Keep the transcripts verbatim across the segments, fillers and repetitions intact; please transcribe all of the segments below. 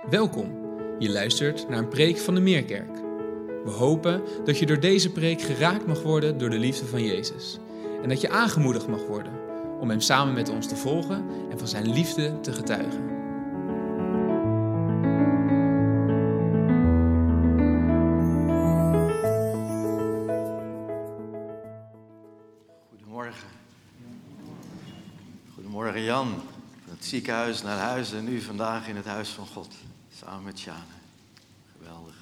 Welkom, je luistert naar een preek van de Meerkerk. We hopen dat je door deze preek geraakt mag worden door de liefde van Jezus. En dat je aangemoedigd mag worden om Hem samen met ons te volgen en van Zijn liefde te getuigen. Goedemorgen. Goedemorgen Jan. Van het ziekenhuis naar huis en nu vandaag in het huis van God. Samen met Sjane. Geweldig.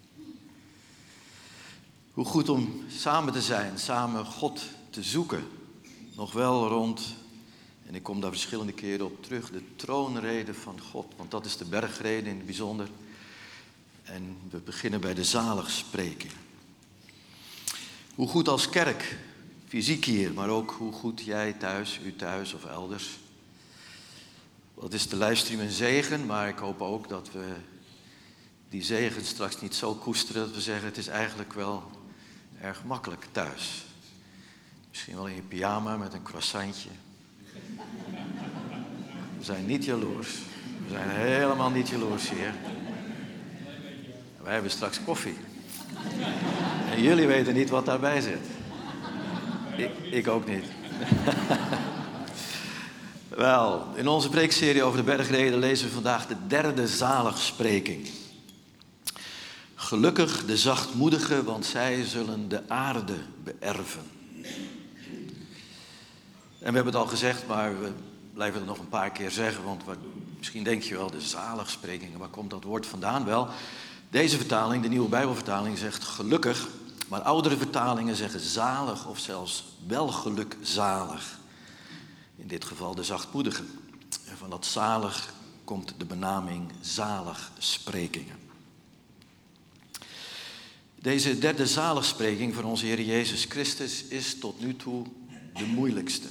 Hoe goed om samen te zijn, samen God te zoeken. Nog wel rond, en ik kom daar verschillende keren op terug, de troonrede van God. Want dat is de bergrede in het bijzonder. En we beginnen bij de zaligspreking. Hoe goed als kerk, fysiek hier, maar ook hoe goed jij thuis, u thuis of elders. Dat is de livestream een zegen, maar ik hoop ook dat we die zegen straks niet zo koesteren dat we zeggen het is eigenlijk wel erg makkelijk thuis. Misschien wel in je pyjama met een croissantje. We zijn niet jaloers. We zijn helemaal niet jaloers hier. Wij hebben straks koffie. En jullie weten niet wat daarbij zit. Ik, ik ook niet. Wel, in onze preekserie over de bergrede lezen we vandaag de derde zaligspreking. Gelukkig de zachtmoedigen, want zij zullen de aarde beërven. En we hebben het al gezegd, maar we blijven het nog een paar keer zeggen, want wat, misschien denk je wel, de zaligsprekingen, waar komt dat woord vandaan? Wel, deze vertaling, de Nieuwe Bijbelvertaling, zegt gelukkig, maar oudere vertalingen zeggen zalig of zelfs welgelukzalig. In dit geval de zachtmoedigen. En van dat zalig komt de benaming zaligsprekingen. Deze derde zaligspreking van onze Heer Jezus Christus is tot nu toe de moeilijkste.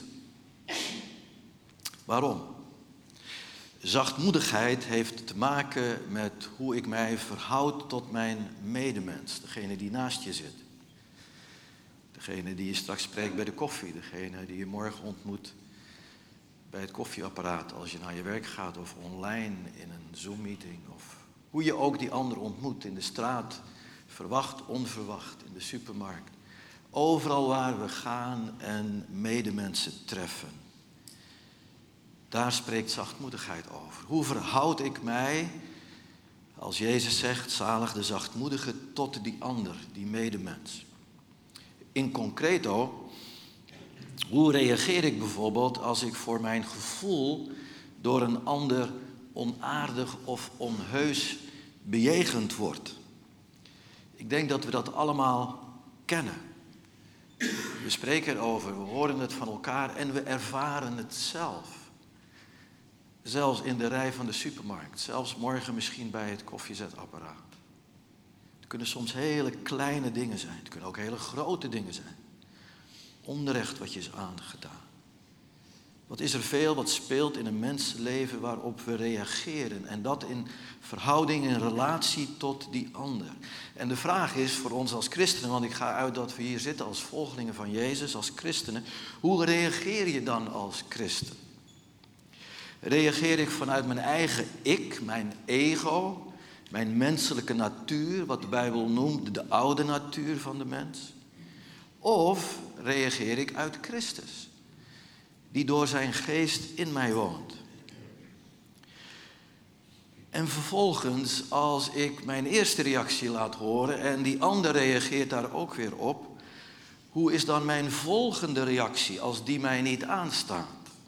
Waarom? Zachtmoedigheid heeft te maken met hoe ik mij verhoud tot mijn medemens. Degene die naast je zit. Degene die je straks spreekt bij de koffie. Degene die je morgen ontmoet bij het koffieapparaat als je naar je werk gaat of online in een Zoom-meeting. Of hoe je ook die ander ontmoet in de straat, verwacht, onverwacht, in de supermarkt. Overal waar we gaan en medemensen treffen. Daar spreekt zachtmoedigheid over. Hoe verhoud ik mij, als Jezus zegt, zalig de zachtmoedige, tot die ander, die medemens? In concreto, hoe reageer ik bijvoorbeeld als ik voor mijn gevoel door een ander onaardig of onheus bejegend word? Ik denk dat we dat allemaal kennen. We spreken erover, we horen het van elkaar en we ervaren het zelf. Zelfs in de rij van de supermarkt, zelfs morgen misschien bij het koffiezetapparaat. Het kunnen soms hele kleine dingen zijn, het kunnen ook hele grote dingen zijn. Onrecht wat je is aangedaan. Wat is er veel wat speelt in een mensenleven waarop we reageren. En dat in verhouding, in relatie tot die ander. En de vraag is voor ons als christenen, want ik ga uit dat we hier zitten als volgelingen van Jezus, als christenen. Hoe reageer je dan als christen? Reageer ik vanuit mijn eigen ik, mijn ego, mijn menselijke natuur, wat de Bijbel noemt de oude natuur van de mens? Of reageer ik uit Christus, die door zijn geest in mij woont? En vervolgens, als ik mijn eerste reactie laat horen en die ander reageert daar ook weer op, hoe is dan mijn volgende reactie als die mij niet aanstaat?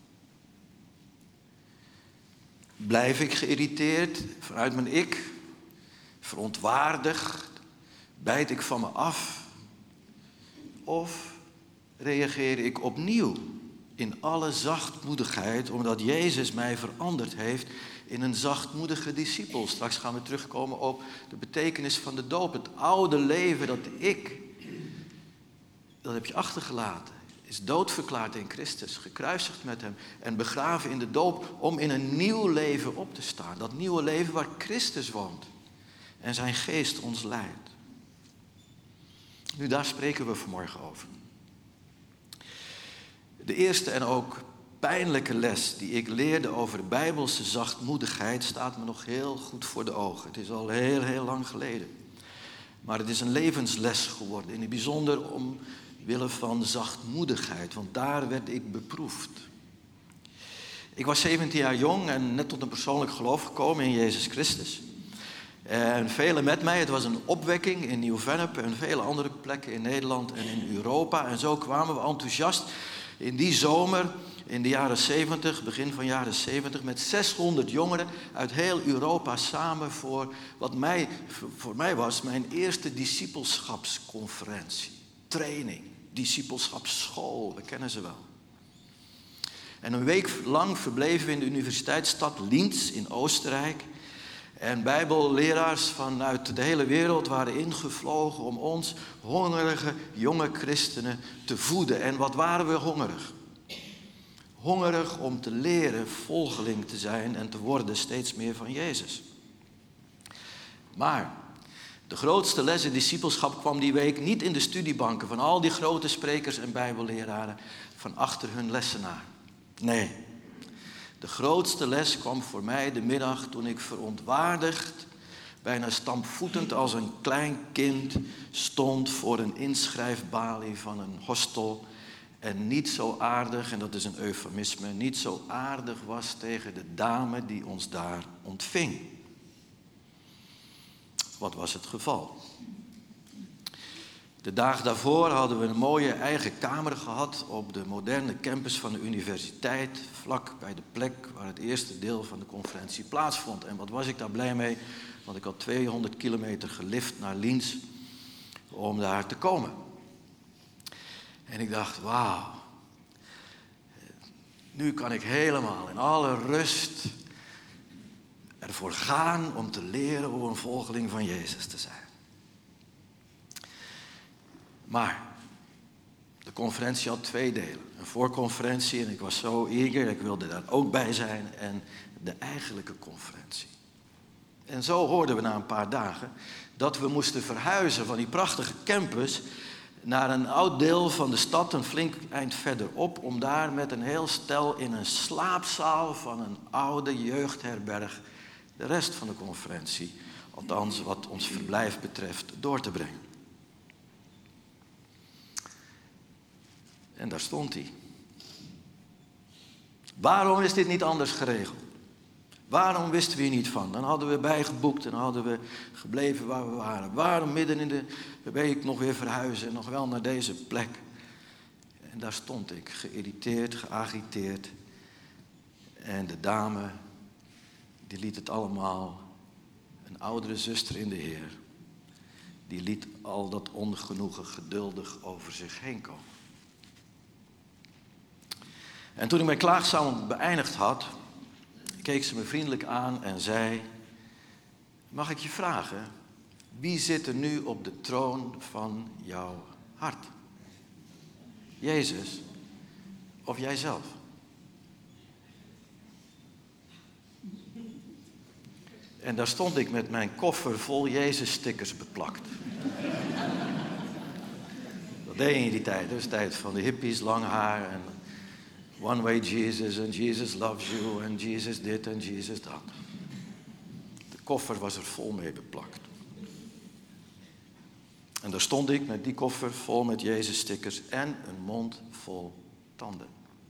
Blijf ik geïrriteerd vanuit mijn ik, verontwaardigd, bijt ik van me af? Of reageer ik opnieuw in alle zachtmoedigheid, omdat Jezus mij veranderd heeft in een zachtmoedige discipel? Straks gaan we terugkomen op de betekenis van de doop. Het oude leven, dat ik, dat heb je achtergelaten, is doodverklaard in Christus, gekruisigd met hem en begraven in de doop om in een nieuw leven op te staan. Dat nieuwe leven waar Christus woont en zijn geest ons leidt. Nu, daar spreken we vanmorgen over. De eerste en ook pijnlijke les die ik leerde over bijbelse zachtmoedigheid staat me nog heel goed voor de ogen. Het is al heel, heel lang geleden. Maar het is een levensles geworden, in het bijzonder omwille van zachtmoedigheid, want daar werd ik beproefd. Ik was zeventien jaar jong en net tot een persoonlijk geloof gekomen in Jezus Christus. En velen met mij, het was een opwekking in Nieuw-Vennep en vele andere plekken in Nederland en in Europa. En zo kwamen we enthousiast in die zomer, in de jaren zeventig, begin van jaren zeventig, met zeshonderd jongeren uit heel Europa samen voor wat mij, voor mij was mijn eerste discipelschapsconferentie. Training, discipelschapsschool, we kennen ze wel. En een week lang verbleven we in de universiteitsstad Linz in Oostenrijk. En bijbelleraars vanuit de hele wereld waren ingevlogen om ons hongerige jonge christenen te voeden. En wat waren we hongerig? Hongerig om te leren volgeling te zijn en te worden steeds meer van Jezus. Maar de grootste les in discipelschap kwam die week niet in de studiebanken van al die grote sprekers en bijbelleraren van achter hun lessenaar. Nee, de grootste les kwam voor mij de middag toen ik verontwaardigd, bijna stampvoetend als een klein kind, stond voor een inschrijfbalie van een hostel en niet zo aardig, en dat is een eufemisme, niet zo aardig was tegen de dame die ons daar ontving. Wat was het geval? De dag daarvoor hadden we een mooie eigen kamer gehad op de moderne campus van de universiteit, vlak bij de plek waar het eerste deel van de conferentie plaatsvond. En wat was ik daar blij mee, want ik had tweehonderd kilometer gelift naar Linz om daar te komen. En ik dacht, wauw, nu kan ik helemaal in alle rust ervoor gaan om te leren hoe een volgeling van Jezus te zijn. Maar de conferentie had twee delen. Een voorconferentie, en ik was zo eager, ik wilde daar ook bij zijn, en de eigenlijke conferentie. En zo hoorden we na een paar dagen dat we moesten verhuizen van die prachtige campus naar een oud deel van de stad, een flink eind verderop, om daar met een heel stel in een slaapzaal van een oude jeugdherberg de rest van de conferentie, althans wat ons verblijf betreft, door te brengen. En daar stond hij. Waarom is dit niet anders geregeld? Waarom wisten we hier niet van? Dan hadden we bijgeboekt en hadden we gebleven waar we waren. Waarom midden in de week nog weer verhuizen en nog wel naar deze plek? En daar stond ik, geïrriteerd, geagiteerd. En de dame, die liet het allemaal, een oudere zuster in de Heer, die liet al dat ongenoegen geduldig over zich heen komen. En toen ik mijn klaagzang beëindigd had, keek ze me vriendelijk aan en zei: mag ik je vragen, wie zit er nu op de troon van jouw hart? Jezus of jijzelf? En daar stond ik met mijn koffer vol Jezus-stickers beplakt. Dat deed je in die tijd, dat was de tijd van de hippies, lang haar en one way Jesus en Jesus loves you en Jesus dit en Jesus dat. De koffer was er vol mee beplakt. En daar stond ik met die koffer vol met Jezus-stickers en een mond vol tanden.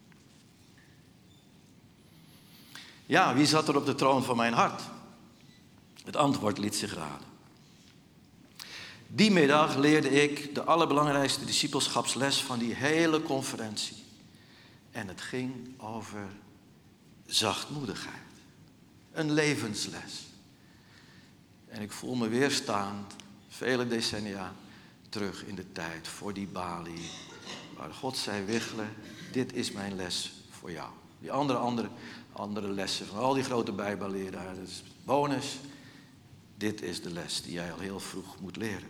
Ja, wie zat er op de troon van mijn hart? Het antwoord liet zich raden. Die middag leerde ik de allerbelangrijkste discipelschapsles van die hele conferentie. En het ging over zachtmoedigheid. Een levensles. En ik voel me weer staan, vele decennia terug in de tijd, voor die balie, waar God zei: Wichelen, dit is mijn les voor jou. Die andere, andere, andere lessen van al die grote bijbelleraren, dat is bonus. Dit is de les die jij al heel vroeg moet leren.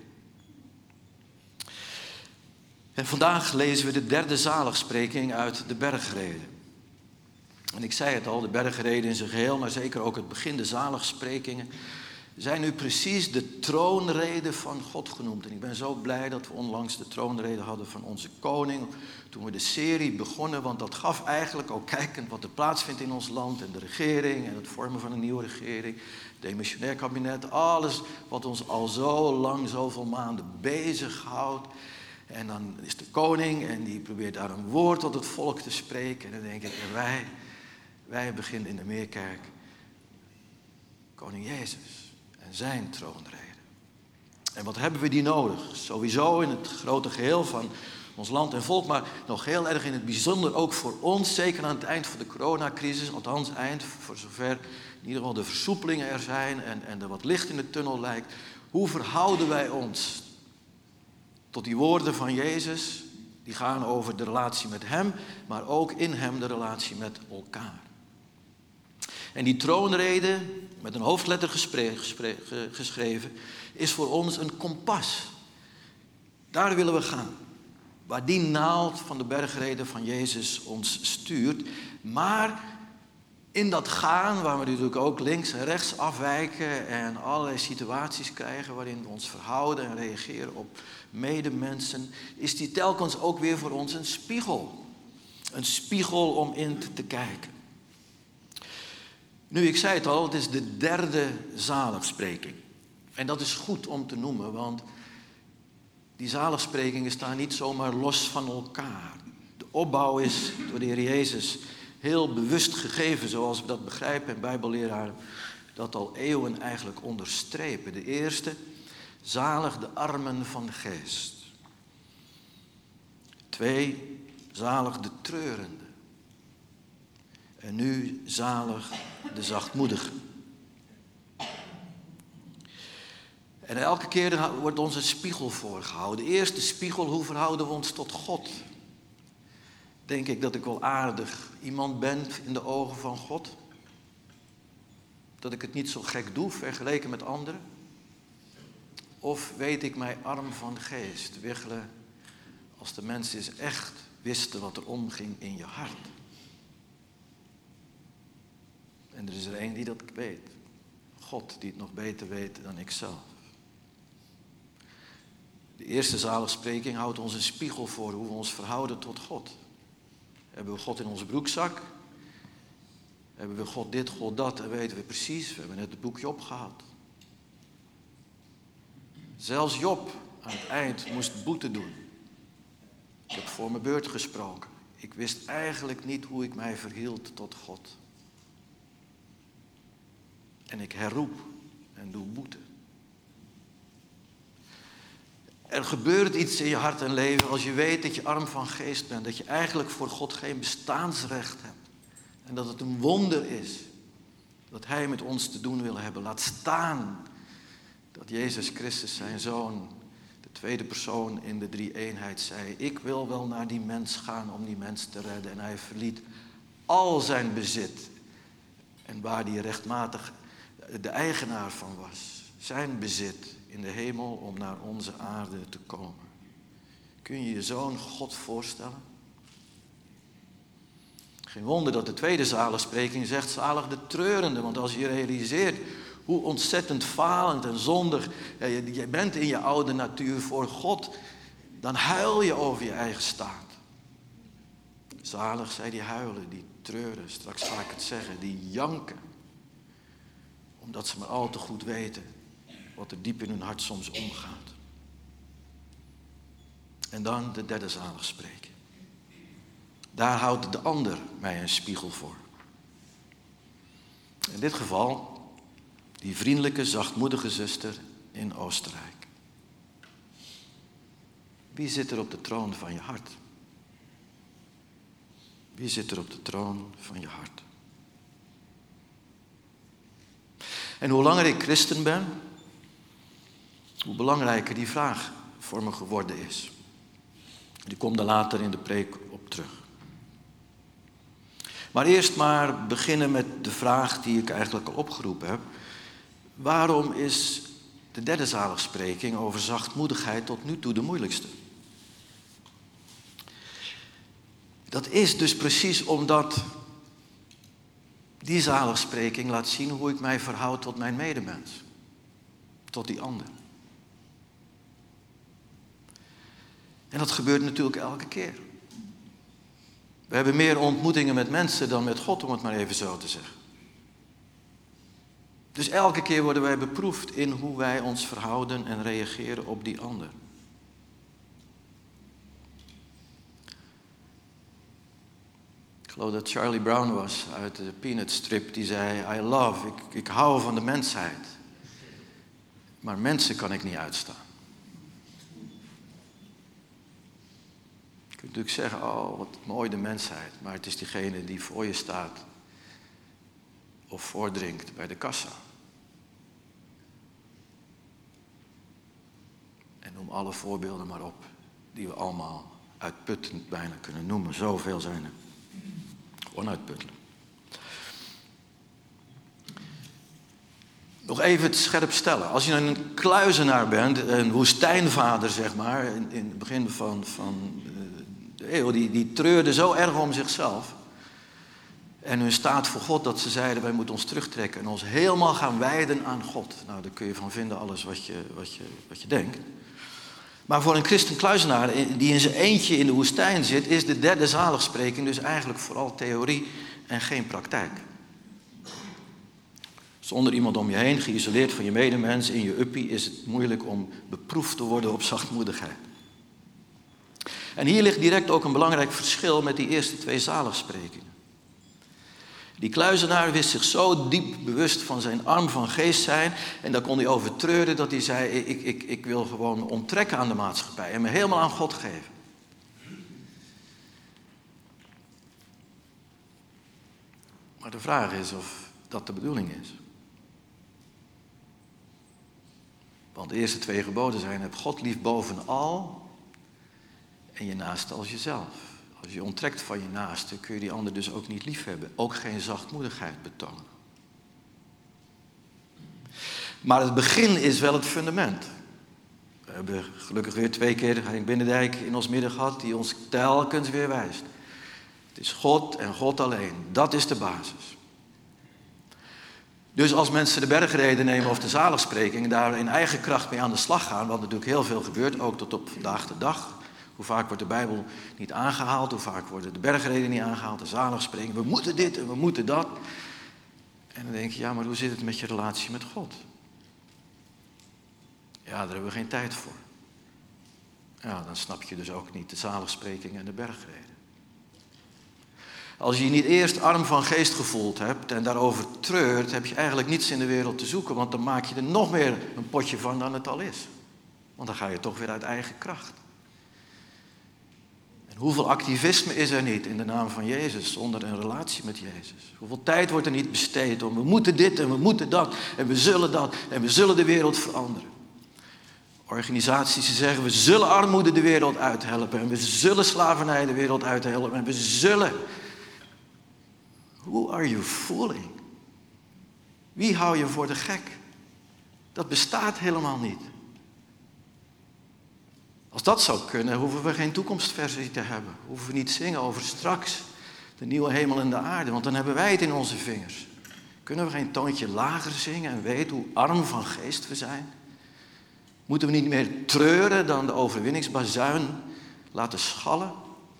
En vandaag lezen we de derde zaligspreking uit de Bergrede. En ik zei het al, de Bergrede in zijn geheel, maar zeker ook het begin de zaligsprekingen, zijn nu precies de troonrede van God genoemd. En ik ben zo blij dat we onlangs de troonrede hadden van onze koning. Toen we de serie begonnen, want dat gaf eigenlijk ook kijkend wat er plaatsvindt in ons land. En de regering en het vormen van een nieuwe regering. Het demissionair kabinet, alles wat ons al zo lang, zoveel maanden bezighoudt. En dan is de koning en die probeert daar een woord tot het volk te spreken. En dan denk ik, en wij, wij beginnen in de Meerkerk. Koning Jezus. En zijn troonrede. En wat hebben we die nodig? Sowieso in het grote geheel van ons land en volk, maar nog heel erg in het bijzonder ook voor ons, zeker aan het eind van de coronacrisis, althans eind, voor zover in ieder geval de versoepelingen er zijn en, en er wat licht in de tunnel lijkt. Hoe verhouden wij ons tot die woorden van Jezus? Die gaan over de relatie met hem, maar ook in hem de relatie met elkaar. En die troonrede, met een hoofdletter gespre- gespre- geschreven, is voor ons een kompas. Daar willen we gaan. Waar die naald van de bergrede van Jezus ons stuurt. Maar in dat gaan, waar we natuurlijk ook links en rechts afwijken en allerlei situaties krijgen waarin we ons verhouden en reageren op medemensen, is die telkens ook weer voor ons een spiegel. Een spiegel om in te kijken. Nu, ik zei het al, het is de derde zaligspreking. En dat is goed om te noemen, want die zaligsprekingen staan niet zomaar los van elkaar. De opbouw is door de Heer Jezus heel bewust gegeven, zoals we dat begrijpen en bijbelleraren dat al eeuwen eigenlijk onderstrepen. De eerste, zalig de armen van de geest. Twee, zalig de treurenden. En nu zalig de zachtmoedigen. En elke keer wordt ons een spiegel voorgehouden. Eerst de spiegel, hoe verhouden we ons tot God? Denk ik dat ik wel aardig iemand ben in de ogen van God? Dat ik het niet zo gek doe vergeleken met anderen? Of weet ik mij arm van geest, wiggelen als de mens eens echt wisten wat er omging in je hart? En er is er één die dat weet. God die het nog beter weet dan ik zelf. De eerste zaligspreking houdt ons een spiegel voor hoe we ons verhouden tot God. Hebben we God in onze broekzak? Hebben we God dit, God dat? En weten we precies, we hebben net het boekje opgehaald. Zelfs Job aan het eind moest boete doen. Ik heb voor mijn beurt gesproken. Ik wist eigenlijk niet hoe ik mij verhield tot God. En ik herroep en doe boete. Er gebeurt iets in je hart en leven als je weet dat je arm van geest bent. Dat je eigenlijk voor God geen bestaansrecht hebt. En dat het een wonder is dat Hij met ons te doen wil hebben. Laat staan dat Jezus Christus zijn Zoon, de tweede persoon in de drie-eenheid, zei: ik wil wel naar die mens gaan om die mens te redden. En Hij verliet al zijn bezit. En waar die rechtmatig de eigenaar van was. Zijn bezit in de hemel om naar onze aarde te komen. Kun je je zo'n God voorstellen? Geen wonder dat de tweede zaligspreking zegt: zalig de treurende. Want als je realiseert hoe ontzettend falend en zondig ja, je, je bent in je oude natuur voor God, dan huil je over je eigen staat. Zalig zij die huilen, die treuren, straks ga ik het zeggen, die janken. Omdat ze maar al te goed weten wat er diep in hun hart soms omgaat. En dan de derde zaligspreking. Daar houdt de ander mij een spiegel voor. In dit geval die vriendelijke, zachtmoedige zuster in Oostenrijk. Wie zit er op de troon van je hart? Wie zit er op de troon van je hart? En hoe langer ik christen ben, hoe belangrijker die vraag voor me geworden is. Die komt er later in de preek op terug. Maar eerst maar beginnen met de vraag die ik eigenlijk al opgeroepen heb. Waarom is de derde zaligspreking over zachtmoedigheid tot nu toe de moeilijkste? Dat is dus precies omdat die zaligspreking laat zien hoe ik mij verhoud tot mijn medemens. tot die ander. En dat gebeurt natuurlijk elke keer. We hebben meer ontmoetingen met mensen dan met God, om het maar even zo te zeggen. Dus elke keer worden wij beproefd in hoe wij ons verhouden en reageren op die ander. Ik geloof dat Charlie Brown was uit de Peanut strip die zei: I love, ik, ik hou van de mensheid. Maar mensen kan ik niet uitstaan. Je kunt natuurlijk zeggen: oh, wat mooi de mensheid. Maar het is diegene die voor je staat of voordringt bij de kassa. En noem alle voorbeelden maar op, die we allemaal uitputtend bijna kunnen noemen. Zoveel zijn er. Onuitputtelijk. Nog even het scherp stellen. Als je een kluizenaar bent, een woestijnvader zeg maar, in, in het begin van, van de eeuw, die, die treurde zo erg om zichzelf en hun staat voor God, dat ze zeiden: wij moeten ons terugtrekken en ons helemaal gaan wijden aan God. Nou, daar kun je van vinden alles wat je, wat je, wat je denkt. Maar voor een christen kluizenaar die in zijn eentje in de woestijn zit, is de derde zaligspreking dus eigenlijk vooral theorie en geen praktijk. Zonder iemand om je heen, geïsoleerd van je medemens, in je uppie, is het moeilijk om beproefd te worden op zachtmoedigheid. En hier ligt direct ook een belangrijk verschil met die eerste twee zaligsprekingen. Die kluizenaar wist zich zo diep bewust van zijn arm van geest zijn, en daar kon hij over treuren, dat hij zei: ik, ik, ik wil gewoon onttrekken aan de maatschappij en me helemaal aan God geven. Maar de vraag is of dat de bedoeling is. Want de eerste twee geboden zijn: heb God lief bovenal en je naaste als jezelf. Als je onttrekt van je naaste, kun je die ander dus ook niet lief hebben. Ook geen zachtmoedigheid betonen. Maar het begin is wel het fundament. We hebben gelukkig weer twee keer Henk Binnendijk in ons midden gehad, die ons telkens weer wijst. Het is God en God alleen. Dat is de basis. Dus als mensen de bergreden nemen of de zaligspreking en daar in eigen kracht mee aan de slag gaan, wat natuurlijk heel veel gebeurt, ook tot op vandaag de dag. Hoe vaak wordt de Bijbel niet aangehaald, hoe vaak worden de bergreden niet aangehaald, de zaligspreking. We moeten dit en we moeten dat. En dan denk je: ja, maar hoe zit het met je relatie met God? Ja, daar hebben we geen tijd voor. Ja, dan snap je dus ook niet de zaligspreking en de bergreden. Als je je niet eerst arm van geest gevoeld hebt en daarover treurt, heb je eigenlijk niets in de wereld te zoeken, want dan maak je er nog meer een potje van dan het al is. Want dan ga je toch weer uit eigen kracht. En hoeveel activisme is er niet in de naam van Jezus zonder een relatie met Jezus? Hoeveel tijd wordt er niet besteed om: we moeten dit en we moeten dat en we zullen dat en we zullen de wereld veranderen. Organisaties die zeggen: we zullen armoede de wereld uithelpen en we zullen slavernij de wereld uithelpen en we zullen. Who are you fooling? Wie hou je voor de gek? Dat bestaat helemaal niet. Als dat zou kunnen, hoeven we geen toekomstversie te hebben. Hoeven we niet zingen over straks de nieuwe hemel en de aarde, want dan hebben wij het in onze vingers. Kunnen we geen toontje lager zingen en weten hoe arm van geest we zijn? Moeten we niet meer treuren dan de overwinningsbazuin laten schallen?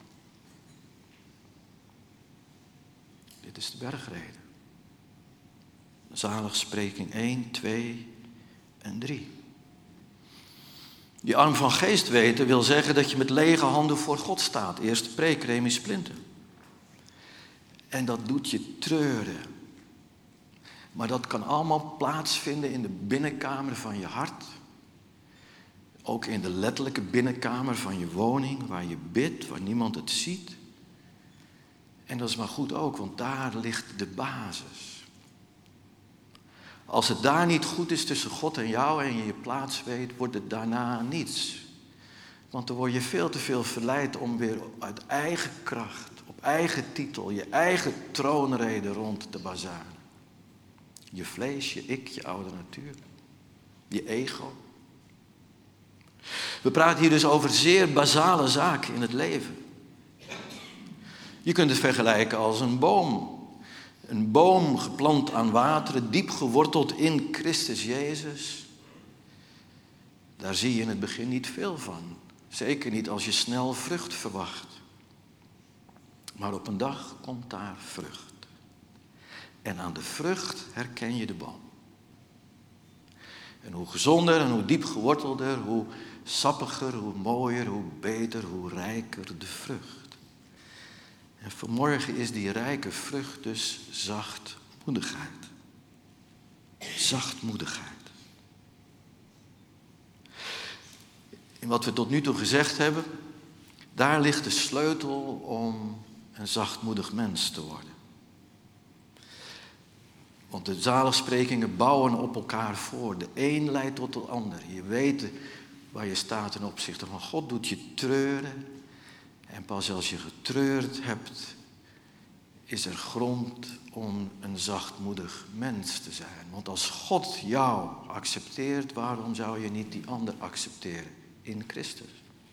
Dit is de bergreden. Zaligspreking één, twee en drie. Die arm van geest weten wil zeggen dat je met lege handen voor God staat. Eerste preek, Remy Splinter. En dat doet je treuren. Maar dat kan allemaal plaatsvinden in de binnenkamer van je hart. Ook in de letterlijke binnenkamer van je woning, waar je bidt, waar niemand het ziet. En dat is maar goed ook, want daar ligt de basis. Als het daar niet goed is tussen God en jou en je je plaats weet, wordt het daarna niets. Want dan word je veel te veel verleid om weer uit eigen kracht, op eigen titel, je eigen troonrede rond te bazuinen. Je vlees, je ik, je oude natuur, je ego. We praten hier dus over zeer basale zaken in het leven. Je kunt het vergelijken als een boom. Een boom geplant aan wateren, diep geworteld in Christus Jezus. daar zie je in het begin niet veel van. Zeker niet als je snel vrucht verwacht. Maar op een dag komt daar vrucht. En aan de vrucht herken je de boom. En hoe gezonder en hoe diep gewortelder, hoe sappiger, hoe mooier, hoe beter, hoe rijker de vrucht. En vanmorgen is die rijke vrucht dus zachtmoedigheid. Zachtmoedigheid. In wat we tot nu toe gezegd hebben, daar ligt de sleutel om een zachtmoedig mens te worden. Want de zaligsprekingen bouwen op elkaar voor. De een leidt tot de ander. Je weet waar je staat ten opzichte van God, doet je treuren. En pas als je getreurd hebt, is er grond om een zachtmoedig mens te zijn. Want als God jou accepteert, waarom zou je niet die ander accepteren in Christus?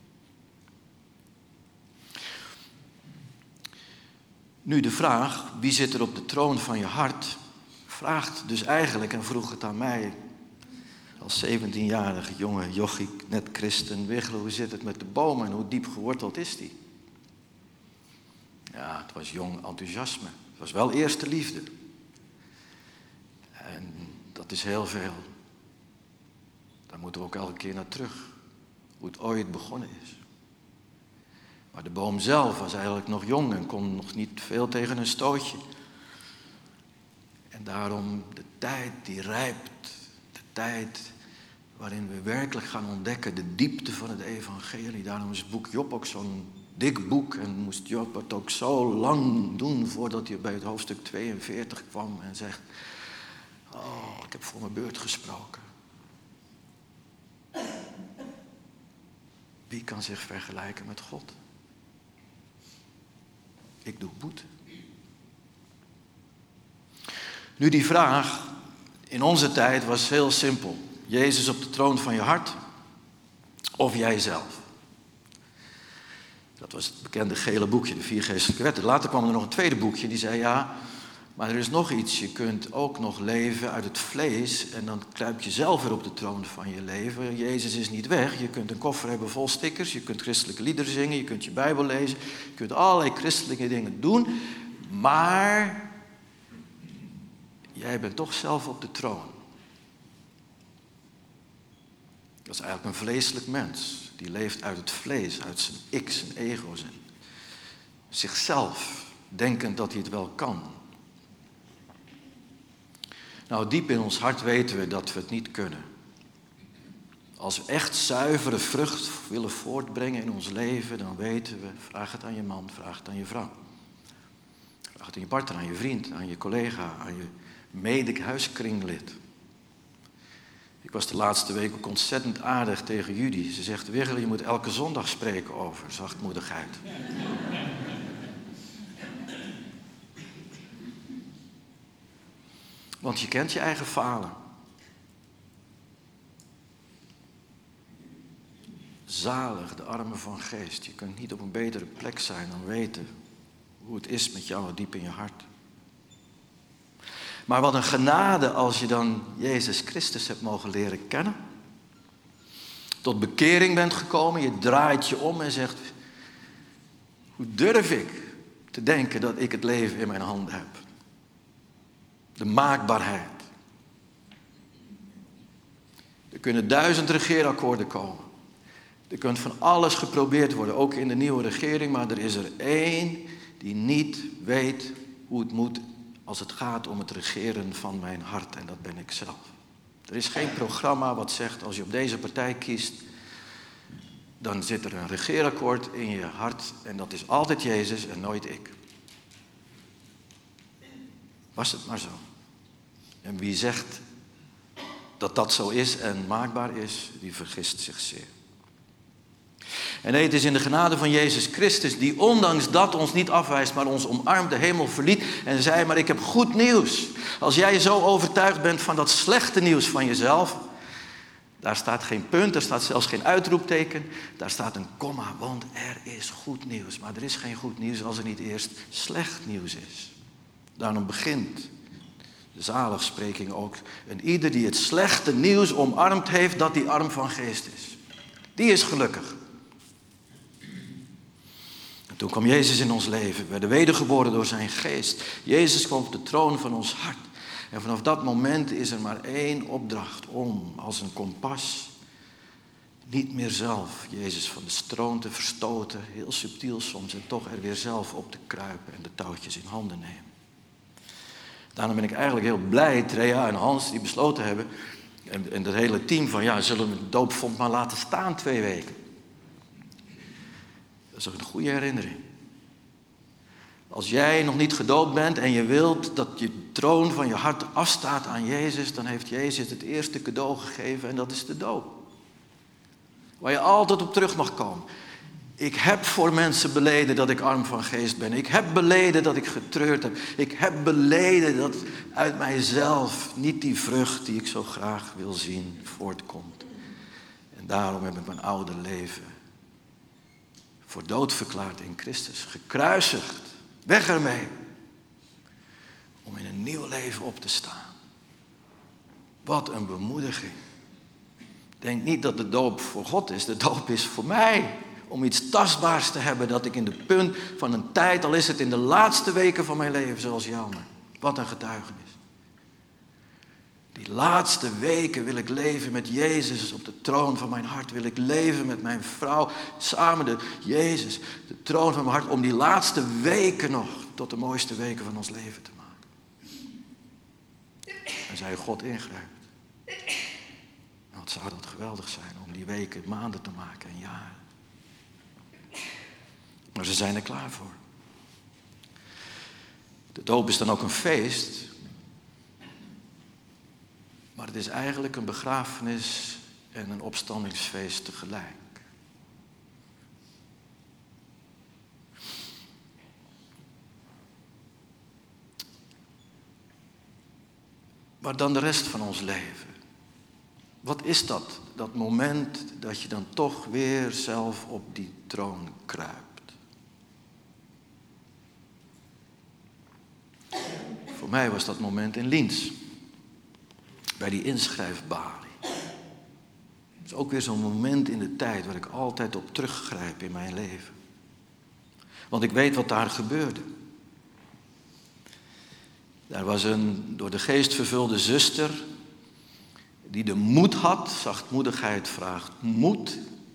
Nu de vraag, wie zit er op de troon van je hart, vraagt dus eigenlijk, en vroeg het aan mij als zeventienjarige jonge jochie, net christen, Wichel, hoe zit het met de boom en hoe diep geworteld is die? Ja, het was jong enthousiasme. Het was wel eerste liefde. En dat is heel veel. Daar moeten we ook elke keer naar terug. Hoe het ooit begonnen is. Maar de boom zelf was eigenlijk nog jong en kon nog niet veel tegen een stootje. En daarom de tijd die rijpt. De tijd waarin we werkelijk gaan ontdekken de diepte van het evangelie. Daarom is het boek Job ook zo'n dik boek. En moest Job het ook zo lang doen voordat hij bij het hoofdstuk tweeënveertig kwam en zegt: oh, ik heb voor mijn beurt gesproken. Wie kan zich vergelijken met God? Ik doe boete. Nu die vraag in onze tijd was heel simpel. Jezus op de troon van je hart of jijzelf? Dat was het bekende gele boekje, de vier geestelijke wetten. Later kwam er nog een tweede boekje die zei ja, maar er is nog iets. Je kunt ook nog leven uit het vlees en dan kruip je zelf weer op de troon van je leven. Jezus is niet weg. Je kunt een koffer hebben vol stickers, je kunt christelijke liederen zingen, je kunt je Bijbel lezen, je kunt allerlei christelijke dingen doen, maar jij bent toch zelf op de troon. Dat is eigenlijk een vleeselijk mens. Die leeft uit het vlees, uit zijn ik, zijn ego, zijn zichzelf, denkend dat hij het wel kan. Nou, diep in ons hart weten we dat we het niet kunnen. Als we echt zuivere vrucht willen voortbrengen in ons leven, dan weten we, vraag het aan je man, vraag het aan je vrouw. Vraag het aan je partner, aan je vriend, aan je collega, aan je mede-huiskringlid. Ik was de laatste week ook ontzettend aardig tegen Judy. Ze zegt, Wichel, je moet elke zondag spreken over zachtmoedigheid. Want je kent je eigen falen. Zalig, de armen van geest. Je kunt niet op een betere plek zijn dan weten hoe het is met jou diep in je hart. Maar wat een genade als je dan Jezus Christus hebt mogen leren kennen. Tot bekering bent gekomen, je draait je om en zegt, hoe durf ik te denken dat ik het leven in mijn handen heb? De maakbaarheid. Er kunnen duizend regeerakkoorden komen. Er kunt van alles geprobeerd worden, ook in de nieuwe regering, maar er is er één die niet weet hoe het moet als het gaat om het regeren van mijn hart, en dat ben ik zelf. Er is geen programma wat zegt, als je op deze partij kiest, dan zit er een regeerakkoord in je hart en dat is altijd Jezus en nooit ik. Was het maar zo. En wie zegt dat dat zo is en maakbaar is, die vergist zich zeer. En nee, het is in de genade van Jezus Christus die ondanks dat ons niet afwijst, maar ons omarmt, de hemel verliet en zei, maar ik heb goed nieuws. Als jij zo overtuigd bent van dat slechte nieuws van jezelf, daar staat geen punt, er staat zelfs geen uitroepteken, daar staat een komma, want er is goed nieuws. Maar er is geen goed nieuws als er niet eerst slecht nieuws is. Daarom begint de zaligspreking ook. En ieder die het slechte nieuws omarmd heeft, dat die arm van geest is. Die is gelukkig. En toen kwam Jezus in ons leven. We werden wedergeboren door zijn geest. Jezus kwam op de troon van ons hart. En vanaf dat moment is er maar één opdracht om, als een kompas, niet meer zelf Jezus van de troon te verstoten, heel subtiel soms, en toch er weer zelf op te kruipen en de touwtjes in handen nemen. Daarom ben ik eigenlijk heel blij, Trea en Hans, die besloten hebben, en, en het hele team van, ja, zullen we het doopvond maar laten staan twee weken. Dat is ook een goede herinnering. Als jij nog niet gedoopt bent en je wilt dat je troon van je hart afstaat aan Jezus, dan heeft Jezus het eerste cadeau gegeven en dat is de doop. Waar je altijd op terug mag komen. Ik heb voor mensen beleden dat ik arm van geest ben. Ik heb beleden dat ik getreurd heb. Ik heb beleden dat uit mijzelf niet die vrucht die ik zo graag wil zien voortkomt. En daarom heb ik mijn oude leven voor dood verklaard in Christus. Gekruisigd. Weg ermee. Om in een nieuw leven op te staan. Wat een bemoediging. Denk niet dat de doop voor God is. De doop is voor mij. Om iets tastbaars te hebben dat ik in de punt van een tijd, al is het in de laatste weken van mijn leven zoals Jelmer. Wat een getuigenis. Die laatste weken wil ik leven met Jezus op de troon van mijn hart. Wil ik leven met mijn vrouw. Samen de Jezus, de troon van mijn hart. Om die laatste weken nog tot de mooiste weken van ons leven te maken. En zij God ingrijpt. Wat zou dat geweldig zijn om die weken maanden te maken en jaren. Maar ze zijn er klaar voor. De doop is dan ook een feest. Maar het is eigenlijk een begrafenis en een opstandingsfeest tegelijk. Maar dan de rest van ons leven. Wat is dat? Dat moment dat je dan toch weer zelf op die troon kruipt. Voor mij was dat moment in Liens. Bij die inschrijfbalie. Dat is ook weer zo'n moment in de tijd waar ik altijd op teruggrijp in mijn leven. Want ik weet wat daar gebeurde. Daar was een door de geest vervulde zuster die de moed had, zachtmoedigheid vraagt moed,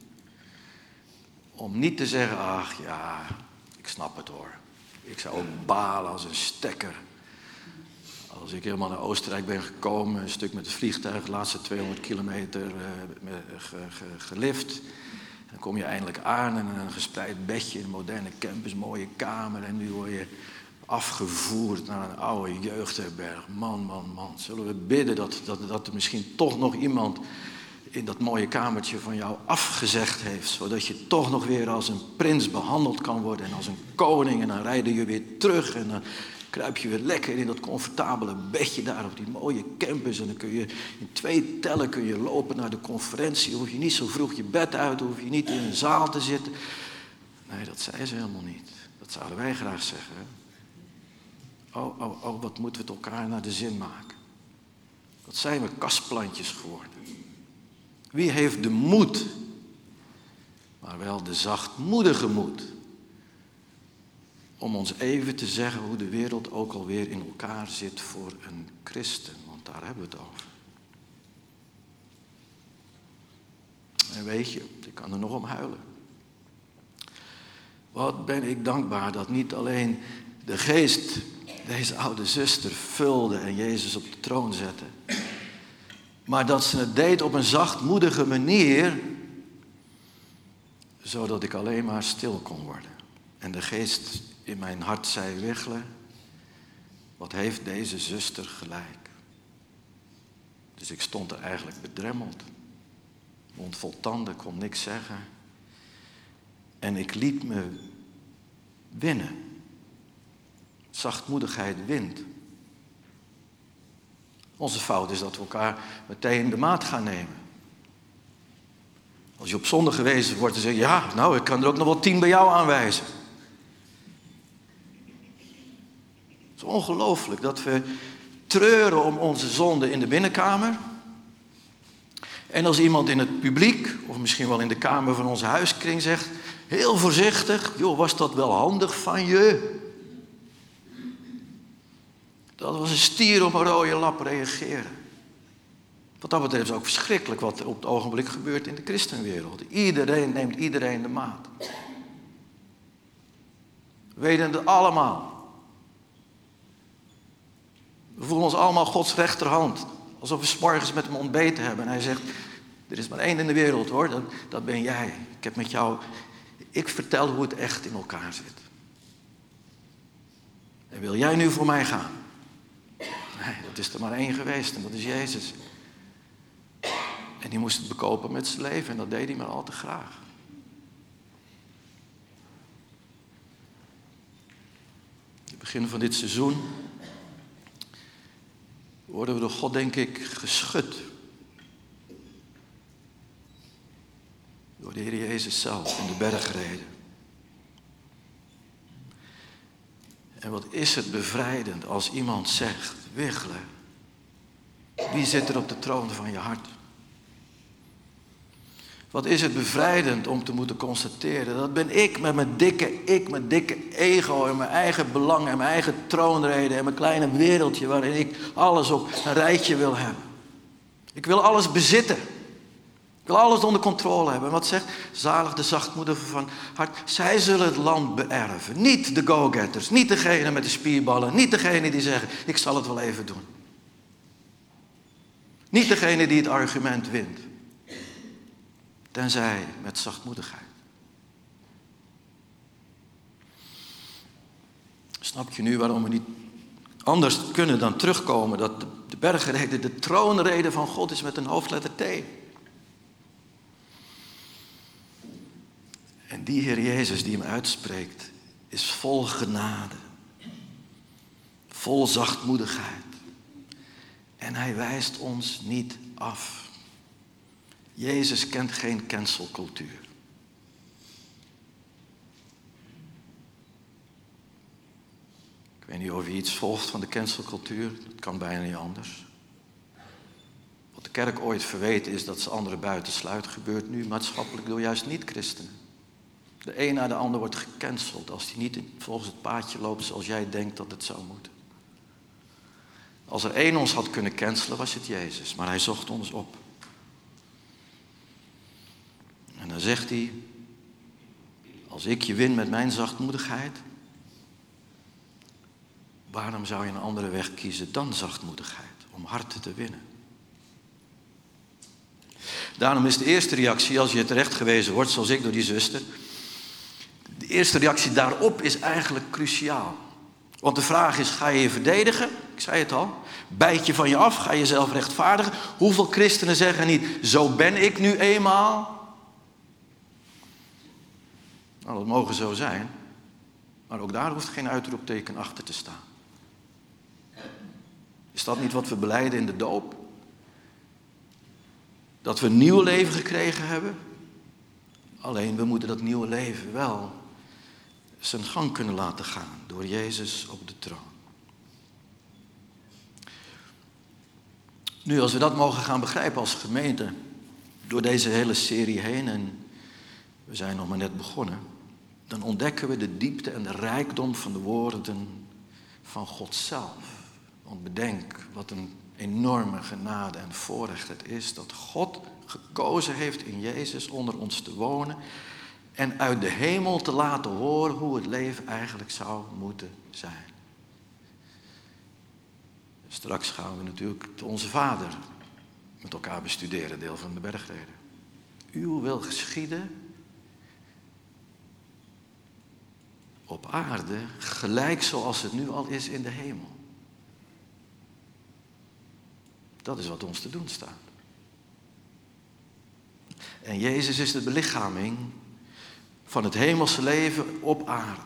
om niet te zeggen, ach ja, ik snap het hoor. Ik zou ook balen als een stekker. Als ik helemaal naar Oostenrijk ben gekomen, een stuk met het vliegtuig, de laatste tweehonderd kilometer uh, ge, ge, gelift. Dan kom je eindelijk aan en een gespreid bedje, een moderne campus, mooie kamer. En nu word je afgevoerd naar een oude jeugdherberg. Man, man, man. Zullen we bidden dat, dat, dat er misschien toch nog iemand in dat mooie kamertje van jou afgezegd heeft. Zodat je toch nog weer als een prins behandeld kan worden en als een koning. En dan rijden je weer terug en dan kruip je weer lekker in dat comfortabele bedje daar op die mooie campus. En dan kun je in twee tellen kun je lopen naar de conferentie. Dan hoef je niet zo vroeg je bed uit, dan hoef je niet in een zaal te zitten. Nee, dat zei ze helemaal niet. Dat zouden wij graag zeggen. Oh, oh, oh, wat moeten we het elkaar naar de zin maken. Wat zijn we kastplantjes geworden. Wie heeft de moed, maar wel de zachtmoedige moed, om ons even te zeggen hoe de wereld ook alweer in elkaar zit voor een christen. Want daar hebben we het over. En weet je, ik kan er nog om huilen. Wat ben ik dankbaar dat niet alleen de geest deze oude zuster vulde en Jezus op de troon zette. Maar dat ze het deed op een zachtmoedige manier, zodat ik alleen maar stil kon worden. En de geest in mijn hart zei, Wichele, wat heeft deze zuster gelijk. Dus ik stond er eigenlijk bedremmeld. Mond vol tanden, kon niks zeggen. En ik liet me winnen. Zachtmoedigheid wint. Onze fout is dat we elkaar meteen de maat gaan nemen. Als je op zonde gewezen wordt, dan zeg je, ja, nou, ik kan er ook nog wel tien bij jou aanwijzen. Het is ongelooflijk dat we treuren om onze zonde in de binnenkamer. En als iemand in het publiek, of misschien wel in de kamer van onze huiskring zegt, heel voorzichtig, joh, was dat wel handig van je? Dat was een stier op een rode lap reageren. Wat dat betreft is het ook verschrikkelijk wat er op het ogenblik gebeurt in de christenwereld. Iedereen neemt iedereen de maat. We weten het allemaal. We voelen ons allemaal Gods rechterhand. Alsof we 's morgens met hem ontbeten hebben. En hij zegt, er is maar één in de wereld hoor, dat, dat ben jij. Ik heb met jou, ik vertel hoe het echt in elkaar zit. En wil jij nu voor mij gaan? Nee, dat is er maar één geweest en dat is Jezus. En die moest het bekopen met zijn leven en dat deed hij maar al te graag. In het begin van dit seizoen worden we door God, denk ik, geschud. Door de Heer Jezus zelf in de bergreden. En wat is het bevrijdend als iemand zegt, Wichele, wie zit er op de troon van je hart? Wat is het bevrijdend om te moeten constateren, dat ben ik met mijn dikke ik, mijn dikke ego en mijn eigen belang en mijn eigen troonrede en mijn kleine wereldje waarin ik alles op een rijtje wil hebben. Ik wil alles bezitten. Ik wil alles onder controle hebben. En wat zegt zalig de zachtmoedigen van hart? Zij zullen het land beërven. Niet de go-getters, niet degene met de spierballen, niet degene die zeggen, ik zal het wel even doen. Niet degene die het argument wint. Tenzij met zachtmoedigheid. Snap je nu waarom we niet anders kunnen dan terugkomen dat de bergrede, de troonrede van God is met een hoofdletter T. En die Heer Jezus die hem uitspreekt, is vol genade. Vol zachtmoedigheid. En hij wijst ons niet af. Jezus kent geen cancelcultuur. Ik weet niet of je iets volgt van de cancelcultuur. Dat kan bijna niet anders. Wat de kerk ooit verweten is dat ze anderen buitensluit. Gebeurt nu maatschappelijk door juist niet-christenen. De een na de ander wordt gecanceld als die niet volgens het paadje loopt zoals jij denkt dat het zou moeten. Als er één ons had kunnen cancelen was het Jezus. Maar hij zocht ons op. En dan zegt hij, als ik je win met mijn zachtmoedigheid, waarom zou je een andere weg kiezen dan zachtmoedigheid, om harten te winnen? Daarom is de eerste reactie, als je terecht gewezen wordt, zoals ik door die zuster, de eerste reactie daarop is eigenlijk cruciaal. Want de vraag is, ga je je verdedigen? Ik zei het al. Bijt je van je af? Ga je jezelf rechtvaardigen? Hoeveel christenen zeggen niet, zo ben ik nu eenmaal? Nou, dat mogen zo zijn. Maar ook daar hoeft geen uitroepteken achter te staan. Is dat niet wat we belijden in de doop? Dat we een nieuw leven gekregen hebben? Alleen we moeten dat nieuwe leven wel zijn gang kunnen laten gaan door Jezus op de troon. Nu, als we dat mogen gaan begrijpen als gemeente, door deze hele serie heen, en we zijn nog maar net begonnen, dan ontdekken we de diepte en de rijkdom van de woorden van God zelf. Want bedenk wat een enorme genade en voorrecht het is dat God gekozen heeft in Jezus onder ons te wonen en uit de hemel te laten horen hoe het leven eigenlijk zou moeten zijn. Straks gaan we natuurlijk Onze Vader met elkaar bestuderen, deel van de bergrede. Uw wil geschieden op aarde, gelijk zoals het nu al is in de hemel. Dat is wat ons te doen staat. En Jezus is de belichaming van het hemelse leven op aarde.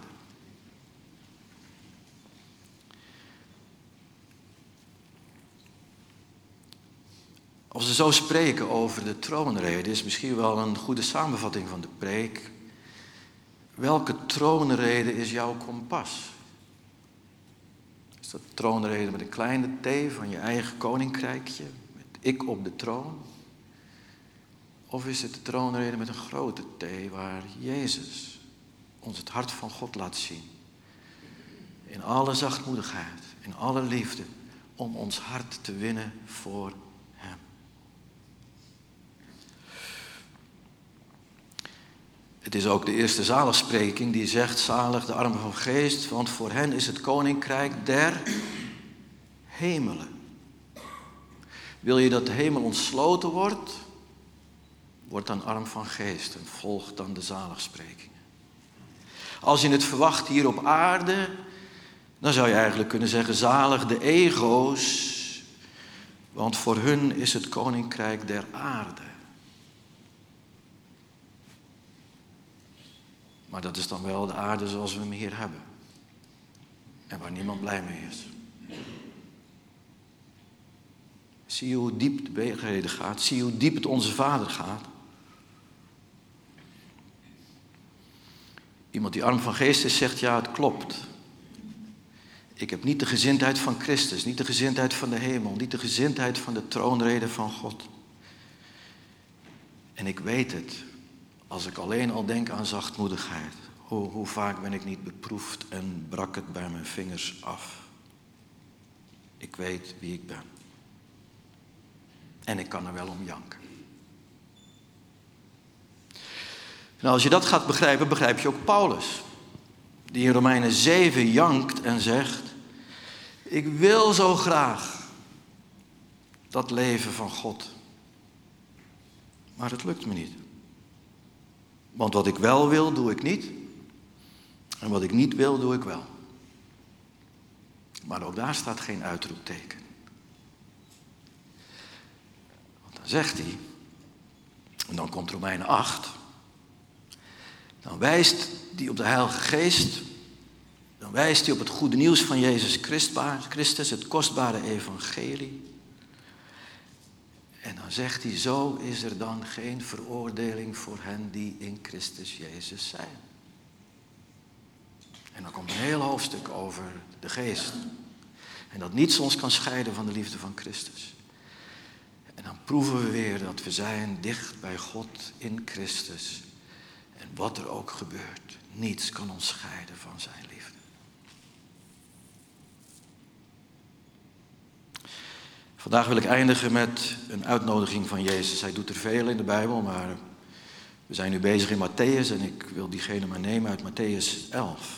Als we zo spreken over de troonrede, is misschien wel een goede samenvatting van de preek. Welke troonrede is jouw kompas? Is Is dat de troonrede met een kleine t van je eigen koninkrijkje, met ik op de troon? Of is het de troonrede met een grote T waar Jezus ons het hart van God laat zien? In alle zachtmoedigheid, in alle liefde, om ons hart te winnen voor Hem. Het is ook de eerste zaligspreking die zegt, zalig de armen van geest, want voor hen is het koninkrijk der hemelen. Wil je dat de hemel ontsloten wordt, word dan arm van geest en volg dan de zaligsprekingen. Als je het verwacht hier op aarde, dan zou je eigenlijk kunnen zeggen, zalig de ego's, want voor hun is het koninkrijk der aarde. Maar dat is dan wel de aarde zoals we hem hier hebben. En waar niemand blij mee is. Zie je hoe diep de bergrede gaat. Zie je hoe diep het Onze Vader gaat. Iemand die arm van geest is zegt, ja, het klopt. Ik heb niet de gezindheid van Christus, niet de gezindheid van de hemel, niet de gezindheid van de troonrede van God. En ik weet het, als ik alleen al denk aan zachtmoedigheid. Hoe, hoe vaak ben ik niet beproefd en brak het bij mijn vingers af. Ik weet wie ik ben. En ik kan er wel om janken. Nou, als je dat gaat begrijpen, begrijp je ook Paulus. Die in Romeinen zeven jankt en zegt, ik wil zo graag dat leven van God. Maar het lukt me niet. Want wat ik wel wil, doe ik niet. En wat ik niet wil, doe ik wel. Maar ook daar staat geen uitroepteken. Want dan zegt hij, en dan komt Romeinen acht. Dan wijst hij op de Heilige Geest. Dan wijst hij op het goede nieuws van Jezus Christus, het kostbare evangelie. En dan zegt hij, zo is er dan geen veroordeling voor hen die in Christus Jezus zijn. En dan komt een heel hoofdstuk over de geest. En dat niets ons kan scheiden van de liefde van Christus. En dan proeven we weer dat we zijn dicht bij God in Christus. En wat er ook gebeurt, niets kan ons scheiden van zijn liefde. Vandaag wil ik eindigen met een uitnodiging van Jezus. Hij doet er veel in de Bijbel, maar we zijn nu bezig in Matthäus en ik wil diegene maar nemen uit Matthäus elf.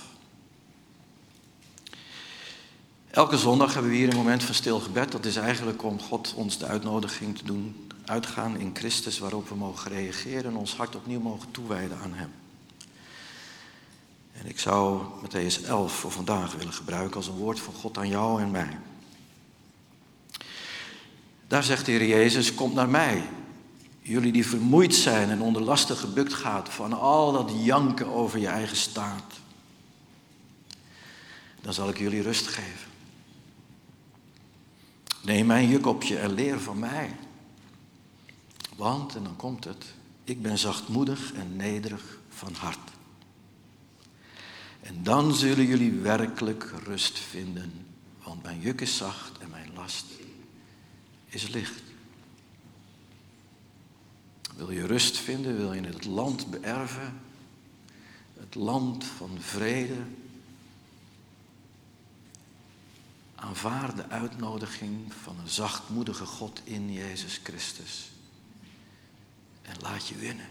Elke zondag hebben we hier een moment van stil gebed. Dat is eigenlijk om God ons de uitnodiging te doen uitgaan in Christus, waarop we mogen reageren en ons hart opnieuw mogen toewijden aan Hem. En ik zou Matthäus elf voor vandaag willen gebruiken als een woord van God aan jou en mij. Daar zegt de Heer Jezus, kom naar mij. Jullie die vermoeid zijn en onder lasten gebukt gaat van al dat janken over je eigen staat. Dan zal ik jullie rust geven. Neem mijn juk op je en leer van mij. Want, en dan komt het, ik ben zachtmoedig en nederig van hart. En dan zullen jullie werkelijk rust vinden. Want mijn juk is zacht en mijn last is licht. Wil je rust vinden? Wil je het land beërven? Het land van vrede? Aanvaard de uitnodiging van een zachtmoedige God in Jezus Christus. En laat je winnen.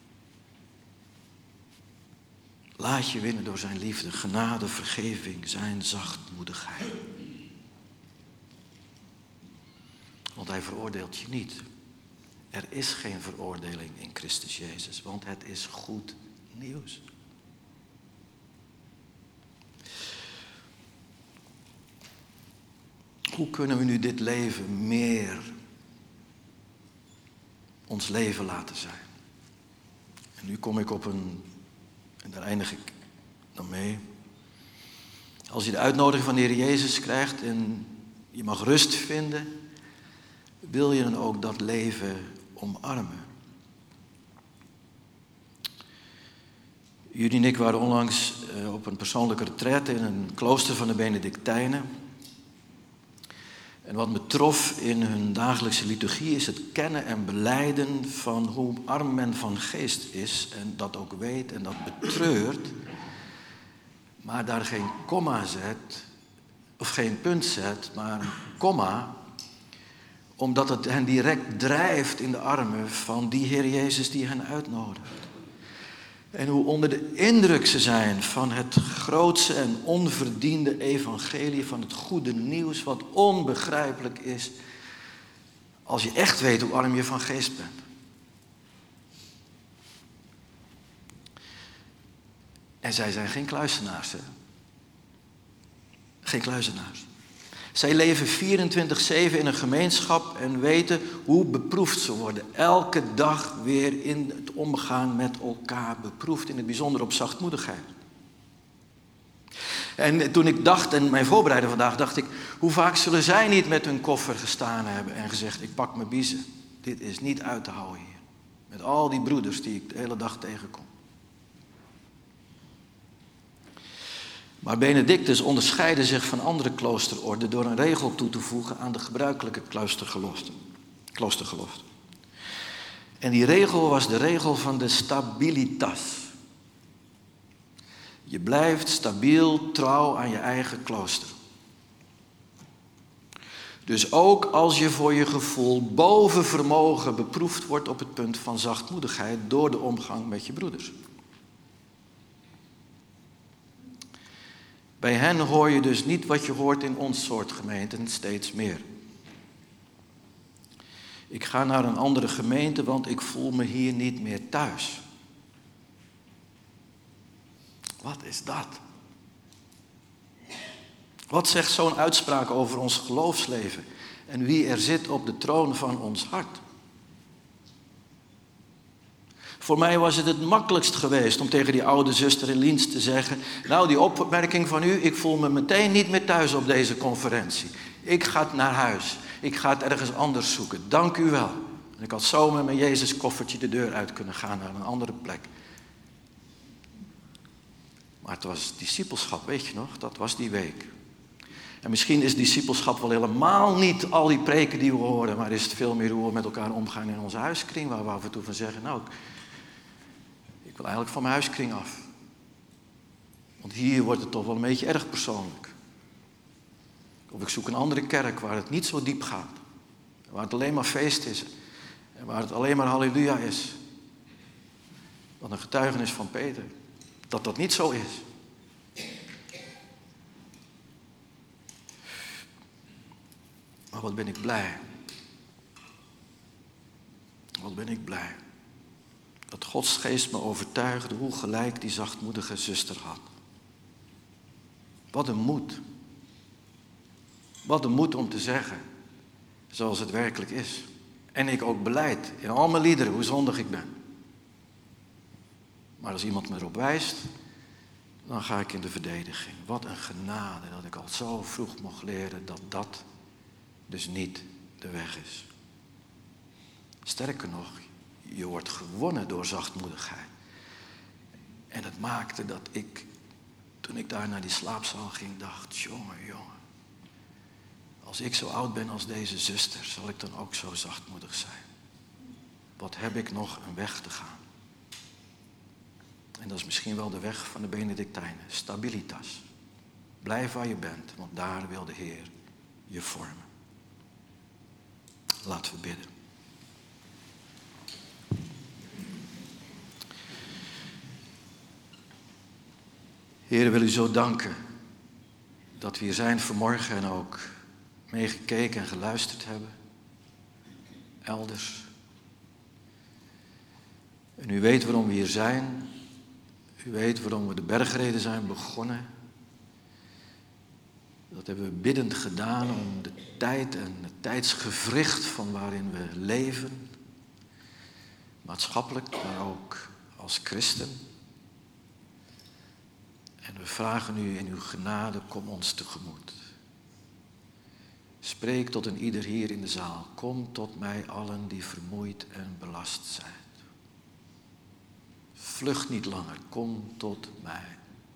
Laat je winnen door zijn liefde, genade, vergeving, zijn zachtmoedigheid. Want hij veroordeelt je niet. Er is geen veroordeling in Christus Jezus, want het is goed nieuws. Hoe kunnen we nu dit leven meer ons leven laten zijn? En nu kom ik op een, en daar eindig ik dan mee. Als je de uitnodiging van de Heer Jezus krijgt en je mag rust vinden, wil je dan ook dat leven omarmen? Jullie en ik waren onlangs op een persoonlijke retraite in een klooster van de Benedictijnen. En wat me trof in hun dagelijkse liturgie is het kennen en belijden van hoe arm men van geest is. En dat ook weet en dat betreurt. Maar daar geen komma zet, of geen punt zet, maar een komma. Omdat het hen direct drijft in de armen van die Heer Jezus die hen uitnodigt. En hoe onder de indruk ze zijn van het grootste en onverdiende evangelie, van het goede nieuws, wat onbegrijpelijk is, als je echt weet hoe arm je van geest bent. En zij zijn geen kluizenaars, hè? Geen kluizenaars. Zij leven vierentwintig zeven in een gemeenschap en weten hoe beproefd ze worden. Elke dag weer in het omgaan met elkaar beproefd, in het bijzonder op zachtmoedigheid. En toen ik dacht, en mijn voorbereiding vandaag, dacht ik, hoe vaak zullen zij niet met hun koffer gestaan hebben en gezegd, ik pak mijn biezen. Dit is niet uit te houden hier. Met al die broeders die ik de hele dag tegenkom. Maar Benedictus onderscheidde zich van andere kloosterorden door een regel toe te voegen aan de gebruikelijke kloostergelofte. kloostergelofte. En die regel was de regel van de stabilitas. Je blijft stabiel trouw aan je eigen klooster. Dus ook als je voor je gevoel boven vermogen beproefd wordt op het punt van zachtmoedigheid door de omgang met je broeders. Bij hen hoor je dus niet wat je hoort in ons soort gemeenten, steeds meer. Ik ga naar een andere gemeente, want ik voel me hier niet meer thuis. Wat is dat? Wat zegt zo'n uitspraak over ons geloofsleven en wie er zit op de troon van ons hart? Voor mij was het het makkelijkst geweest om tegen die oude zuster in Liens te zeggen, nou die opmerking van u, ik voel me meteen niet meer thuis op deze conferentie. Ik ga naar huis. Ik ga het ergens anders zoeken. Dank u wel. En ik had zo met mijn Jezus koffertje de deur uit kunnen gaan naar een andere plek. Maar het was discipelschap, weet je nog? Dat was die week. En misschien is discipelschap wel helemaal niet al die preken die we horen, maar is het veel meer hoe we met elkaar omgaan in onze huiskring, waar we af en toe van zeggen, nou, ik wil eigenlijk van mijn huiskring af. Want hier wordt het toch wel een beetje erg persoonlijk. Of ik zoek een andere kerk waar het niet zo diep gaat. Waar het alleen maar feest is. En waar het alleen maar halleluja is. Wat een getuigenis van Peter. Dat dat niet zo is. Maar wat ben ik blij. Wat ben ik blij. Dat Gods geest me overtuigde hoe gelijk die zachtmoedige zuster had. Wat een moed. Wat een moed om te zeggen, zoals het werkelijk is. En ik ook belijd in al mijn liederen hoe zondig ik ben. Maar als iemand me erop wijst, dan ga ik in de verdediging. Wat een genade dat ik al zo vroeg mocht leren dat dat dus niet de weg is. Sterker nog, je wordt gewonnen door zachtmoedigheid. En het maakte dat ik, toen ik daar naar die slaapzaal ging, dacht, jongen, jongen. Als ik zo oud ben als deze zuster, zal ik dan ook zo zachtmoedig zijn. Wat heb ik nog een weg te gaan. En dat is misschien wel de weg van de Benedictijnen. Stabilitas. Blijf waar je bent, want daar wil de Heer je vormen. Laten we bidden. Heer, wil u zo danken dat we hier zijn vanmorgen en ook meegekeken en geluisterd hebben. Elders. En u weet waarom we hier zijn. U weet waarom we de bergreden zijn begonnen. Dat hebben we biddend gedaan om de tijd en het tijdsgewricht van waarin we leven. Maatschappelijk, maar ook als christen. En we vragen u in uw genade, kom ons tegemoet. Spreek tot een ieder hier in de zaal. Kom tot mij allen die vermoeid en belast zijn. Vlucht niet langer, kom tot mij.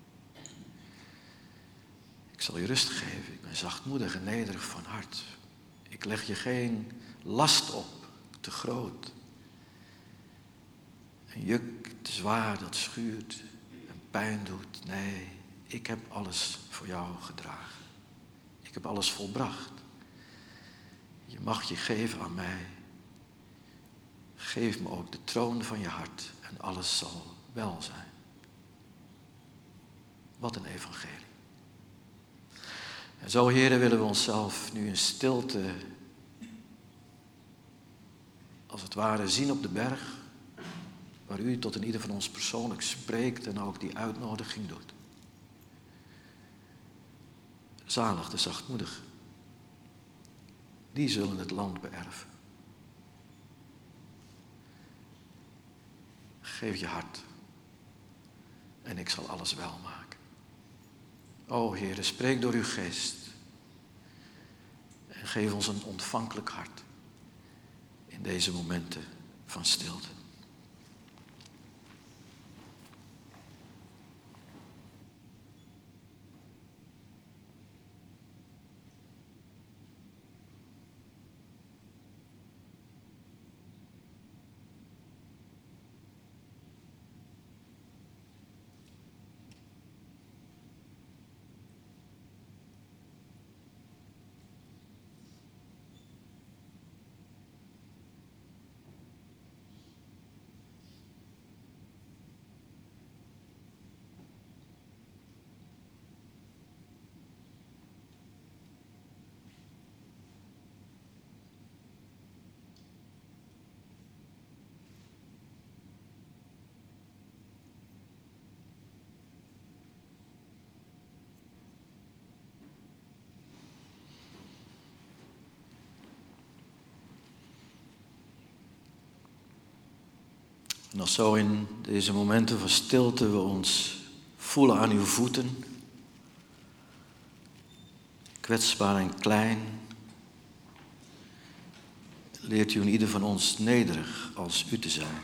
Ik zal je rust geven, ik ben zachtmoedig en nederig van hart. Ik leg je geen last op, te groot. Een juk te zwaar dat schuurt en pijn doet. Nee, ik heb alles voor jou gedragen. Ik heb alles volbracht. Je mag je geven aan mij. Geef me ook de troon van je hart en alles zal wel zijn. Wat een evangelie. En zo, heren, willen we onszelf nu in stilte, als het ware, zien op de berg, waar u tot in ieder van ons persoonlijk spreekt en ook die uitnodiging doet. Zalig de zachtmoedigen, die zullen het land beërven. Geef je hart en ik zal alles wel maken. O Heere, spreek door uw geest en geef ons een ontvankelijk hart in deze momenten van stilte. En als zo in deze momenten van stilte we ons voelen aan uw voeten, kwetsbaar en klein, leert u in ieder van ons nederig als u te zijn.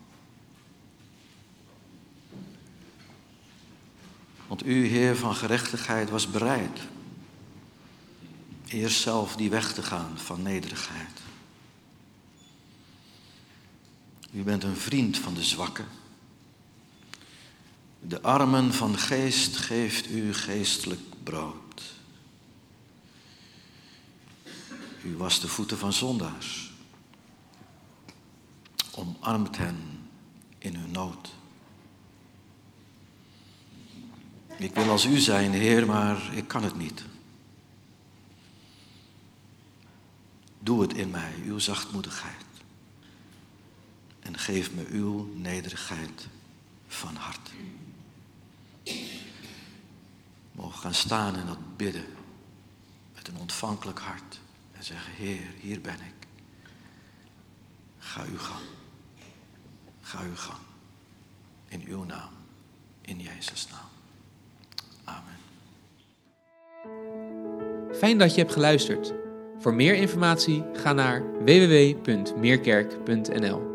Want u, Heer van gerechtigheid, was bereid eerst zelf die weg te gaan van nederigheid. U bent een vriend van de zwakken. De armen van geest geeft u geestelijk brood. U wast de voeten van zondaars. Omarmt hen in hun nood. Ik wil als u zijn, Heer, maar ik kan het niet. Doe het in mij, uw zachtmoedigheid. En geef me uw nederigheid van hart. Mogen gaan staan en dat bidden. Met een ontvankelijk hart. En zeggen, Heer, hier ben ik. Ga uw gang. Ga uw gang. In uw naam. In Jezus' naam. Amen. Fijn dat je hebt geluisterd. Voor meer informatie ga naar w w w punt meerkerk punt n l.